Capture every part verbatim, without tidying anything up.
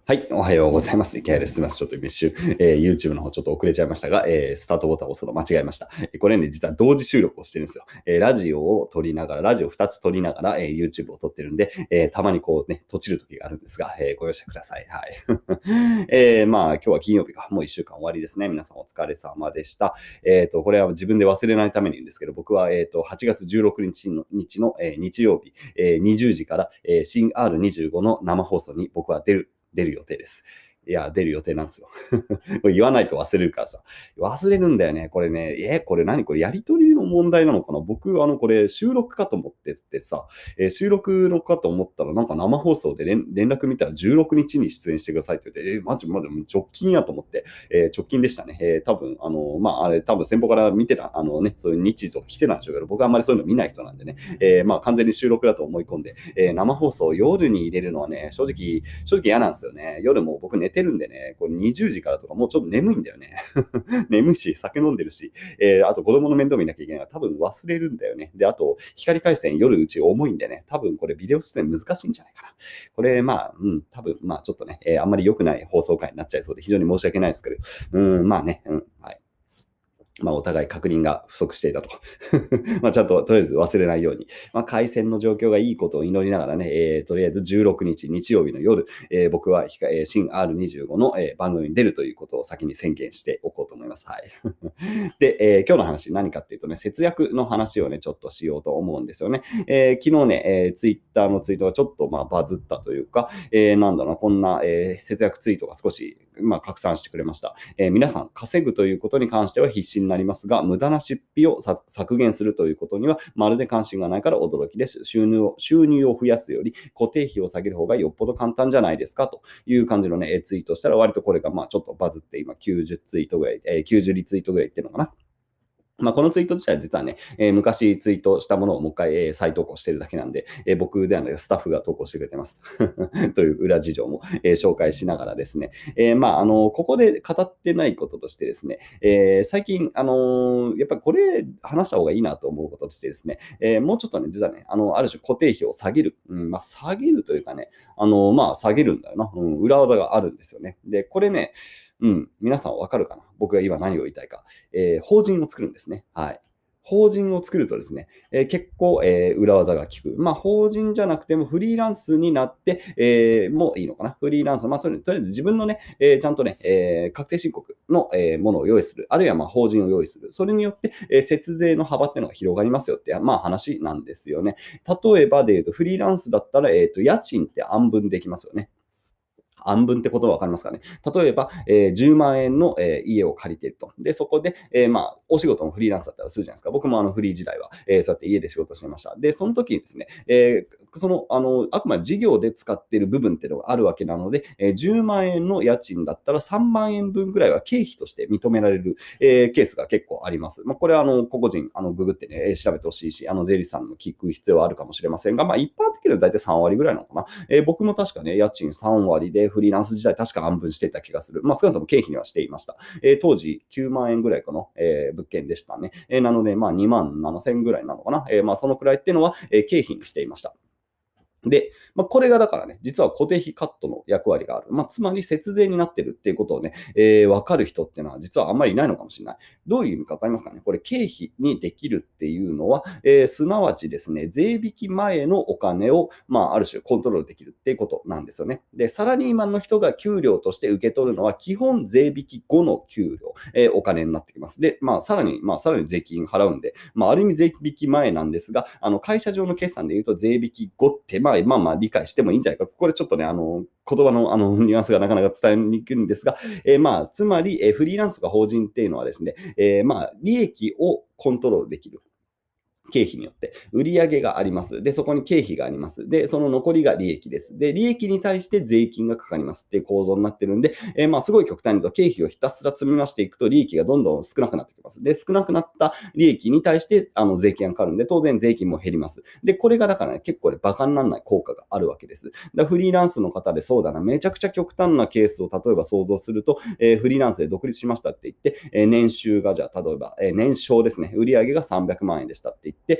はい、おはようございます。池谷です。すみません。ちょっと一瞬、えー YouTube の方ちょっと遅れちゃいましたが、えースタートボタンを押すの間違えました。えーこれね、実は同時収録をしてるんですよ。えーラジオを撮りながら、ラジオふたつ撮りながら、えー YouTube を撮ってるんで、えーたまにこうね、閉じる時があるんですが、えーご容赦ください。はい。えーまあ、今日は金曜日か。もういっしゅうかん終わりですね。皆さんお疲れ様でした。えっ、と、これは自分で忘れないために言うんですけど、僕は、えっ、と、はちがつじゅうろくにちの日の、えー日曜日、えーにじゅうじから、えー新 アールにじゅうご の生放送に僕は出る、出る予定です。いや、出る予定なんですよ。これ言わないと忘れるからさ。忘れるんだよね。これね、え、これ何これやりとりの問題なのかな。僕、あの、これ収録かと思ってってさ、えー収録のかと思ったら、なんか生放送で連連絡見たらじゅうろくにちに出演してくださいって言って、えーマジマジ直近やと思って、えー直近でしたね。えー多分、あの、まあ、あれ、多分先方から見てた、あのね、そういう日時とか来てたんでしょうけど、僕はあんまりそういうの見ない人なんでね、えーまあ、完全に収録だと思い込んで、えー生放送夜に入れるのはね、正直、正直嫌なんですよね。夜も僕寝てるんでね、これにじゅうじからとかもうちょっと眠いんだよね。眠いし、酒飲んでるし、えーあと子供の面倒見なきゃいけないから多分忘れるんだよね。で、あと、光回線夜うち重いんでね、多分これビデオ出演難しいんじゃないかな。これ、まあ、うん、多分、まあちょっとね、えーあんまり良くない放送回になっちゃいそうで非常に申し訳ないですけど、うん、まあね、うん、はい。まあ、お互い確認が不足していたと。まあ、ちゃんと、とりあえず忘れないように。まあ、回線の状況がいいことを祈りながらね、えーとりあえずじゅうろくにち日曜日の夜、えー僕は控え新 アールにじゅうご の、えー番組に出るということを先に宣言しておこうと思います。はい。で、えー今日の話何かっていうとね、節約の話をね、ちょっとしようと思うんですよね。えー昨日ね、えー、ツイッターのツイートがちょっとまあバズったというか、えーなんだろうな、こんな、えー節約ツイートが少し、まあ、拡散してくれました。えー皆さん、稼ぐということに関しては必死になりますが、無駄な出費を削減するということには、まるで関心がないから驚きです。収入を収入を増やすより、固定費を下げる方がよっぽど簡単じゃないですかという感じのね、ツイートしたら、割とこれがまあちょっとバズって、今きゅうじゅうツイートぐらい、えーきゅうじゅうリツイートぐらいいってるのかな。まあ、このツイート自体は実はね、えー昔ツイートしたものをもう一回、えー再投稿してるだけなんで、えー僕ではなくスタッフが投稿してくれてます。という裏事情も、えー紹介しながらですね、えーまあ、あの、ここで語ってないこととしてですね、えー最近、あのーやっぱりこれ話した方がいいなと思うこととしてですね、えーもうちょっとね、実はね、あの、ある種固定費を下げる。うん、まあ、下げるというかね、あの、まあ、下げるんだよな。うん、裏技があるんですよね。で、これね、うん、皆さんわかるかな、僕が今何を言いたいか。えー法人を作るんですね。はい。法人を作るとですね、えー結構、えー裏技が効く。まあ、法人じゃなくてもフリーランスになって、えーもいいのかな。フリーランス、まあ、とりあえず自分のね、えーちゃんとね、えー確定申告の、えーものを用意する。あるいはまあ法人を用意する。それによって、えー節税の幅っていうのが広がりますよって、まあ、話なんですよね。例えばで言うと、フリーランスだったら、えーと、家賃って暗分できますよね。暗分ってことは分かりますかね。例えば、えーじゅうまん円の、えー家を借りていると。で、そこで、えーまあ、お仕事もフリーランスだったらするじゃないですか。僕もあのフリー時代は、えーそうやって家で仕事してました。で、その時にですね、えーその、あの、あくまで事業で使っている部分っていうのがあるわけなので、えーじゅうまん円の家賃だったらさんまん円分ぐらいは経費として認められる、えーケースが結構あります。まあ、これはあの、個々人、あの、ググってね、えー調べてほしいし、あの、税理士さんの聞く必要はあるかもしれませんが、まあ、一般的には大体さん割ぐらいなのかな。えー僕も確かね、家賃さん割でフリーランス時代確か暗分してた気がする。まあ少なくとも経費にはしていました。えー当時きゅうまん円ぐらいかな、えー物件でしたね。えーなので、まあにまんななせんぐらいなのかな。えーまあそのくらいっていうのは、えー経費にしていました。で、まあ、これがだからね、実は固定費カットの役割がある。まあ、つまり節税になってるっていうことをね、えー、分かる人っていうのは実はあんまりいないのかもしれない。どういう意味か分かりますかね。これ経費にできるっていうのは、えーすなわちですね、税引き前のお金を、まあ、ある種コントロールできるっていうことなんですよね。で、サラリーマンの人が給料として受け取るのは、基本税引き後の給料、えーお金になってきます。で、まあ、さらに、まあ、さらに税金払うんで、まあ、ある意味税引き前なんですが、あの会社上の決算で言うと税引き後って、まあ、まあまあ理解してもいいんじゃないか。ここでちょっとね、あの、言葉のあのニュアンスがなかなか伝えにくいんですが、えーまあ、つまり、えーフリーランスとか法人っていうのはですね、えーまあ、利益をコントロールできる。経費によって、売上があります。で、そこに経費があります。で、その残りが利益です。で、利益に対して税金がかかりますっていう構造になってるんで、えーまあ、すごい極端に言うと、経費をひたすら積み増していくと、利益がどんどん少なくなってきます。で、少なくなった利益に対して、あの、税金がかかるんで、当然税金も減ります。で、これがだからね、結構ね、馬鹿にならない効果があるわけです。だフリーランスの方でそうだな、めちゃくちゃ極端なケースを例えば想像すると、えーフリーランスで独立しましたって言って、えー年収がじゃあ、例えば、えー年商ですね、売上がさんびゃくまん円でしたって言っ 、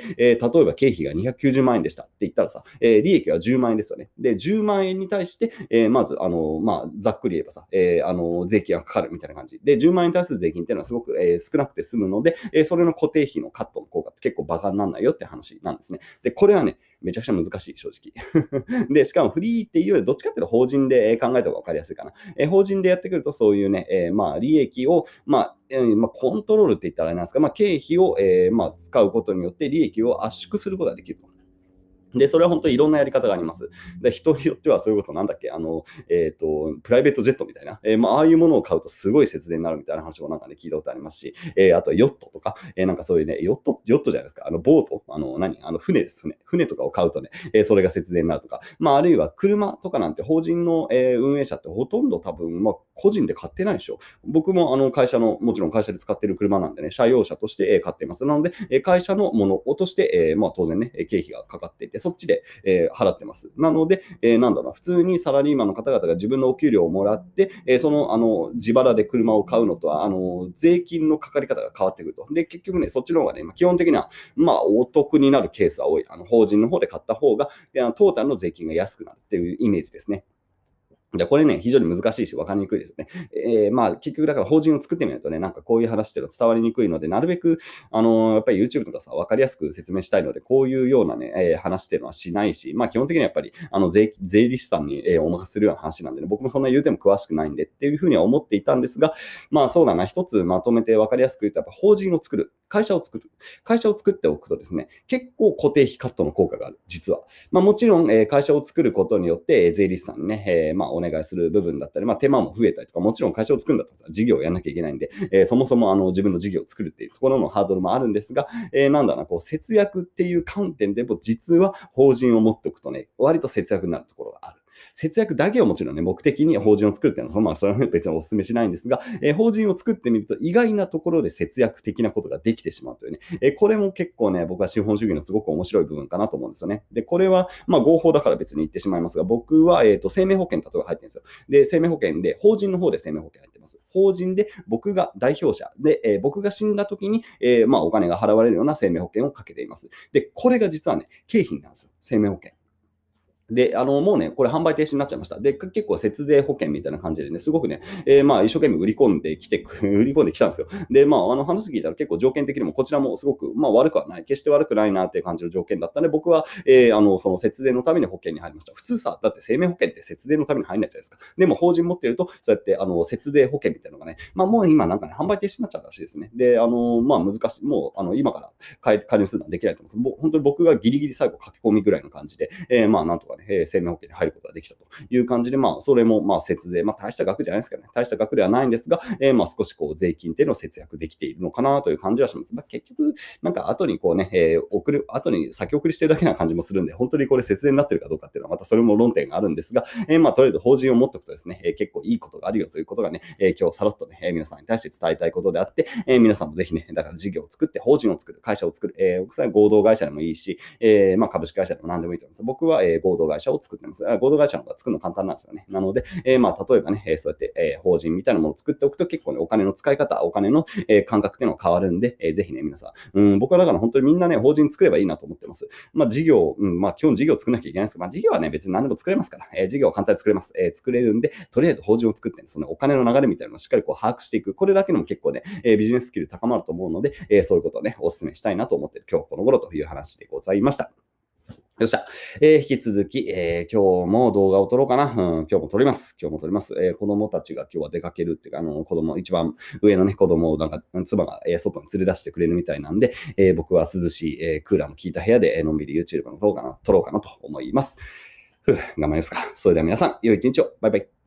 えー、例えば経費がにひゃくきゅうじゅうまん円でしたって言ったらさ、えー、利益はじゅうまん円ですよね。で、じゅうまん円に対して、えー、まず、あの、まあ、ざっくり言えばさ、えー、あの、税金がかかるみたいな感じ。で、じゅうまん円に対する税金っていうのはすごく、えー、少なくて済むので、えー、それの固定費のカットの効果って結構バカにならないよって話なんですね。で、これはね、めちゃくちゃ難しい、正直。で、しかもフリーっていうより、どっちかっていうと法人で考えた方が分かりやすいかな。えー、法人でやってくると、そういうね、えー、まあ、利益を、まあ、えーまあ、コントロールって言ったらあれなんですか、まあ、経費を、えーまあ、使うことによって利益を圧縮することができると。で、それは本当にいろんなやり方があります。で、人によっては、それこそなんだっけ、あの、えっ、ー、と、プライベートジェットみたいな、えー、まあ、ああいうものを買うとすごい節電になるみたいな話もなんかね、聞いたことありますし、えー、あとはヨットとか、えー、なんかそういうね、ヨット、ヨットじゃないですか、あの、ボート、あの、何あの、船です、船。船とかを買うとね、えー、それが節電になるとか、まあ、あるいは車とかなんて、法人の、えー、運営者ってほとんど多分、まあ、個人で買ってないでしょ。僕もあの会社の、もちろん会社で使っている車なんでね、車用車として買っています。なので、会社のものとして、えー、まあ当然ね、経費がかかっていて、そっちで、えー、払ってます。なので、えー、なんだろうな、普通にサラリーマンの方々が自分のお給料をもらって、えー、その、あの、自腹で車を買うのとは、あの、税金のかかり方が変わってくると。で、結局ね、そっちの方がね、基本的には、まあ、お得になるケースは多い。あの、法人の方で買った方が、であのトータルの税金が安くなるっていうイメージですね。で、これね、非常に難しいし、分かりにくいですよね。えー、まあ、結局だから法人を作ってみないとね、なんかこういう話っていうのは伝わりにくいので、なるべく、あのーやっぱり YouTube とかさ、分かりやすく説明したいので、こういうようなね、えー話っていうのはしないし、まあ、基本的にはやっぱり、あの、税、税理士さんに、えーお任せするような話なんでね、僕もそんな言うても詳しくないんでっていうふうには思っていたんですが、まあ、そうだな、一つまとめて分かりやすく言うと、やっぱ法人を作る。会社を作る。会社を作っておくとですね、結構固定費カットの効果がある、実は。まあ、もちろん、えー会社を作ることによって、えー税理士さんにね、えーまあ、お願いする部分だったり、まあ、手間も増えたりとか、もちろん会社を作るんだったらさ事業をやらなきゃいけないんで、えーそもそもあの自分の事業を作るっていうところのハードルもあるんですが、えーなんだな、こう節約っていう観点でも実は法人を持っておくとね、割と節約になるところがある。節約だけをもちろんね、目的に法人を作るっていうのは、まあ、それは別にお勧めしないんですが、えー法人を作ってみると意外なところで節約的なことができてしまうというね、えーこれも結構ね、僕は資本主義のすごく面白い部分かなと思うんですよね。で、これは、まあ、合法だから別に言ってしまいますが、僕は、えーと、生命保険、例えば入ってるんですよ。で、生命保険で、法人の方で生命保険入ってます。法人で、僕が代表者で、えー僕が死んだ時に、えーまあ、お金が払われるような生命保険をかけています。で、これが実はね、経費なんですよ、生命保険。で、あの、もうね、これ販売停止になっちゃいました。で、結構節税保険みたいな感じでね、すごくね、えー、まあ、一生懸命売り込んできて、売り込んできたんですよ。で、まあ、あの、話聞いたら結構条件的にも、こちらもすごく、まあ、悪くはない。決して悪くないなっていう感じの条件だったんで、僕は、えー、あの、その節税のために保険に入りました。普通さ、だって生命保険って節税のために入んないじゃないですか。でも、法人持ってると、そうやって、あの、節税保険みたいなのがね、まあ、もう今なんかね、販売停止になっちゃったらしいですね。で、あの、まあ、難しい。もう、あの、今から加入するのはできないと思います。本当に僕がギリギリ最後書き込みぐらいの感じで、えー、まあ、なんとかね、えー、生命保険に入ることができたという感じで、まあ、それも、まあ、節税、まあ、大した額じゃないですけどね、大した額ではないんですが、えー、まあ、少しこう、税金っていうのを節約できているのかなという感じはします。まあ、結局、なんか後にこうね、えー、送る、後に先送りしてるだけな感じもするんで、本当にこれ節税になってるかどうかっていうのは、またそれも論点があるんですが、えー、まあ、とりあえず法人を持っておくとですね、えー、結構いいことがあるよということがね、えー、今日さらっとね、えー、皆さんに対して伝えたいことであって、えー、皆さんもぜひね、だから事業を作って、法人を作る、会社を作る、えー、僕合同会社でもいいし、えー、まあ、株式会社でも何でもいいと思います。僕は、えー、合同会社を作ってます。合同会社の方が作るの簡単なんですよね。なので、えー、まあ、例えばね、えー、そうやって、えー、法人みたいなものを作っておくと結構ね、お金の使い方、お金の、えー、感覚っていうのが変わるんで、えー、ぜひね、皆さん、うん、僕はだから本当にみんなね、法人作ればいいなと思ってます。まあ、事業、うん、まあ、基本事業を作らなきゃいけないんですけど、まあ、事業はね、別に何でも作れますから、えー、事業は簡単に作れます。えー、作れるんで、とりあえず法人を作って、ね、そのお金の流れみたいなのをしっかりこう把握していく。これだけでも結構ね、えー、ビジネススキル高まると思うので、えー、そういうことをね、お勧めしたいなと思っている今日この頃という話でございました。よっしゃ。えー、引き続き、えー、今日も動画を撮ろうかな。うん、今日も撮ります。今日も撮ります。えー、子供たちが今日は出かけるっていうか、あの、子供、一番上のね、子供をなんか、妻が、えー、外に連れ出してくれるみたいなんで、えー、僕は涼しい、えー、クーラーの効いた部屋で、えー、のんびり YouTube の撮ろうかな、撮ろうかなと思います。ふう、頑張りますか。それでは皆さん、良い一日を。バイバイ。